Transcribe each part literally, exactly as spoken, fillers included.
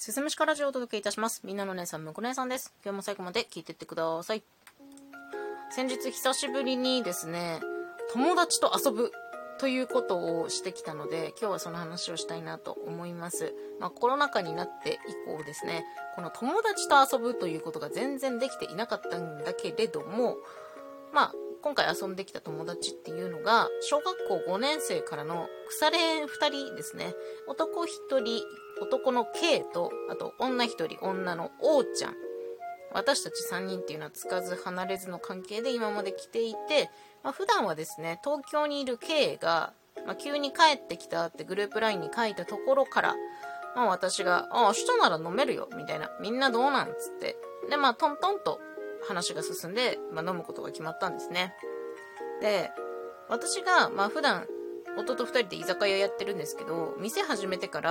すずむしかラジオをお届けいたします。みんなの姉さん、むこ姉さんです。今日も最後まで聞いてってください。先日久しぶりにですね、友達と遊ぶということをしてきたので、今日はその話をしたいなと思います。まあ、コロナ禍になって以降ですね、この友達と遊ぶということが全然できていなかったんだけれども、まあ、今回遊んできた友達っていうのが、小学校ごねん生からの腐れふたりですね。男ひとり、男の K と、あと女ひとり、女の O ちゃん。私たちさんにんっていうのはつかず離れずの関係で今まで来ていて、まあ、普段はですね、東京にいる K が、まあ、急に帰ってきたってグループラインに書いたところから、まあ、私が、あ、明日なら飲めるよ、みたいな。みんなどうなんつって。で、まあ、トントンと話が進んで、まあ、飲むことが決まったんですね。で、私が、まあ、普段、夫と二人で居酒屋やってるんですけど、店始めてから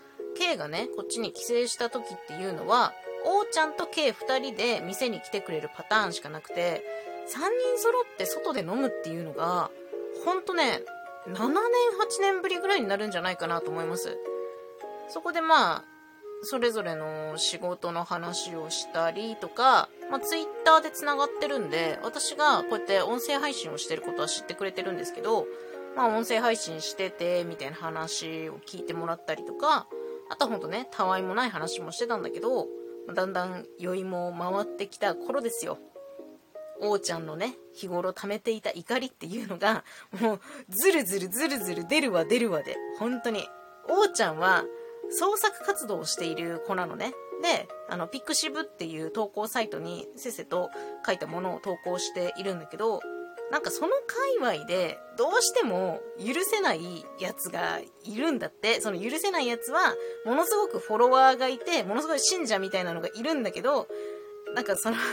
、K がね、こっちに帰省した時っていうのは、O ちゃんと K 二人で店に来てくれるパターンしかなくて、三人揃って外で飲むっていうのが、ほんとね、ななねんはちねんぶりぐらいになるんじゃないかなと思います。そこでまあ、それぞれの仕事の話をしたりとか、まあ、ツイッターで繋がってるんで、私がこうやって音声配信をしてることは知ってくれてるんですけど、まあ、音声配信してて、みたいな話を聞いてもらったりとか、あとはほんとね、たわいもない話もしてたんだけど、だんだん酔いも回ってきた頃ですよ。おーちゃんのね、日頃溜めていた怒りっていうのが、もう、ずるずるずるずる出るわ出るわで、本当に。おーちゃんは、創作活動をしている子なのね。で、あの、ピクシブっていう投稿サイトにせっせと書いたものを投稿しているんだけど、なんかその界隈でどうしても許せないやつがいるんだって。その許せないやつはものすごくフォロワーがいて、ものすごい信者みたいなのがいるんだけど、なんかその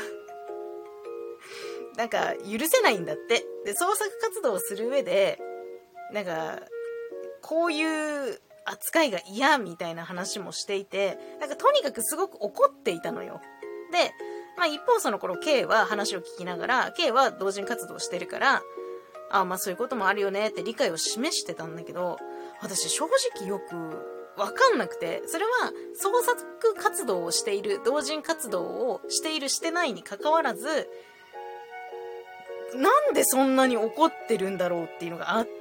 なんか許せないんだって。で、創作活動をする上で、なんかこういう扱いが嫌みたいな話もしていて、なんかとにかくすごく怒っていたのよ。で、まあ一方その頃 K は話を聞きながら、K は同人活動してるから、ああまあそういうこともあるよねって理解を示してたんだけど、私正直よくわかんなくて、それは創作活動をしている、同人活動をしているしてないに関わらず、なんでそんなに怒ってるんだろうっていうのがあって、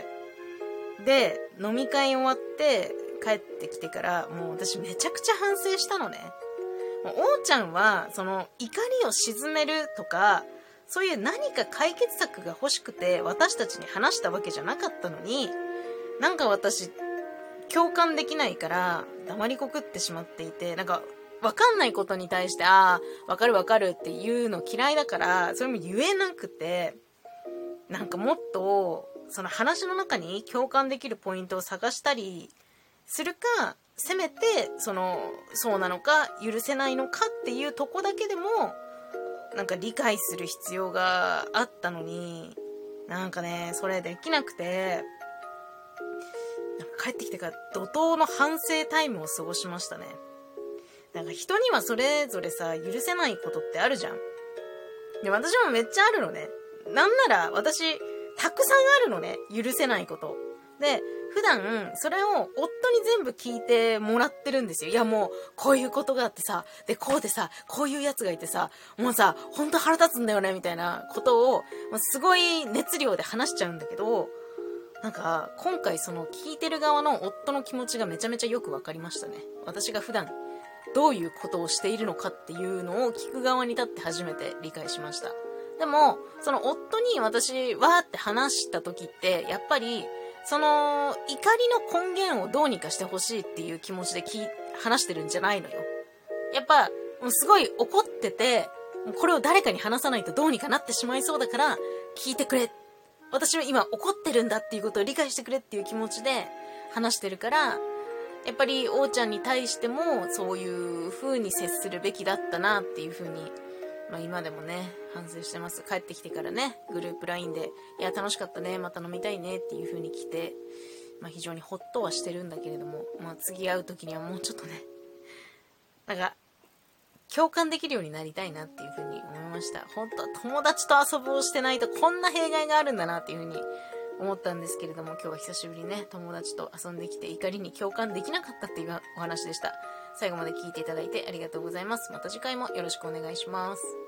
で、飲み会終わって帰ってきてから、もう私めちゃくちゃ反省したのね。おーちゃんは、その怒りを鎮めるとか、そういう何か解決策が欲しくて私たちに話したわけじゃなかったのに、なんか私、共感できないから黙りこくってしまっていて、なんかわかんないことに対して、ああ、わかるわかるっていうの嫌いだから、それも言えなくて、なんかもっと、その話の中に共感できるポイントを探したりするか、せめてそのそうなのか許せないのかっていうとこだけでもなんか理解する必要があったのに、なんかねそれできなくて、なんか帰ってきてから怒涛の反省タイムを過ごしましたね。なんか人にはそれぞれさ許せないことってあるじゃん。で私もめっちゃあるのね。なんなら私たくさんあるのね、許せないこと。で、普段それを夫に全部聞いてもらってるんですよ。いやもうこういうことがあってさ、でこうでさ、こういうやつがいてさ、もうさほんと腹立つんだよねみたいなことをもうすごい熱量で話しちゃうんだけど、なんか今回その聞いてる側の夫の気持ちがめちゃめちゃよくわかりましたね。私が普段どういうことをしているのかっていうのを聞く側に立って初めて理解しました。でもその夫に私わーって話した時ってやっぱりその怒りの根源をどうにかしてほしいっていう気持ちでき話してるんじゃないのよ。やっぱもうすごい怒ってて、これを誰かに話さないとどうにかなってしまいそうだから聞いてくれ、私は今怒ってるんだっていうことを理解してくれっていう気持ちで話してるから、やっぱりおーちゃんに対してもそういう風に接するべきだったなっていう風に、まあ今でもね反省してます。帰ってきてからねグループラインで、いや楽しかったね、また飲みたいねっていう風に来て、まあ非常にホッとはしてるんだけれども、まあ次会う時にはもうちょっとね、なんか共感できるようになりたいなっていう風に思いました。本当は友達と遊ぶをしてないとこんな弊害があるんだなっていう風に思ったんですけれども、今日は久しぶりにね友達と遊んできて怒りに共感できなかったっていうお話でした。 最後まで聞いていただいてありがとうございます。また次回もよろしくお願いします。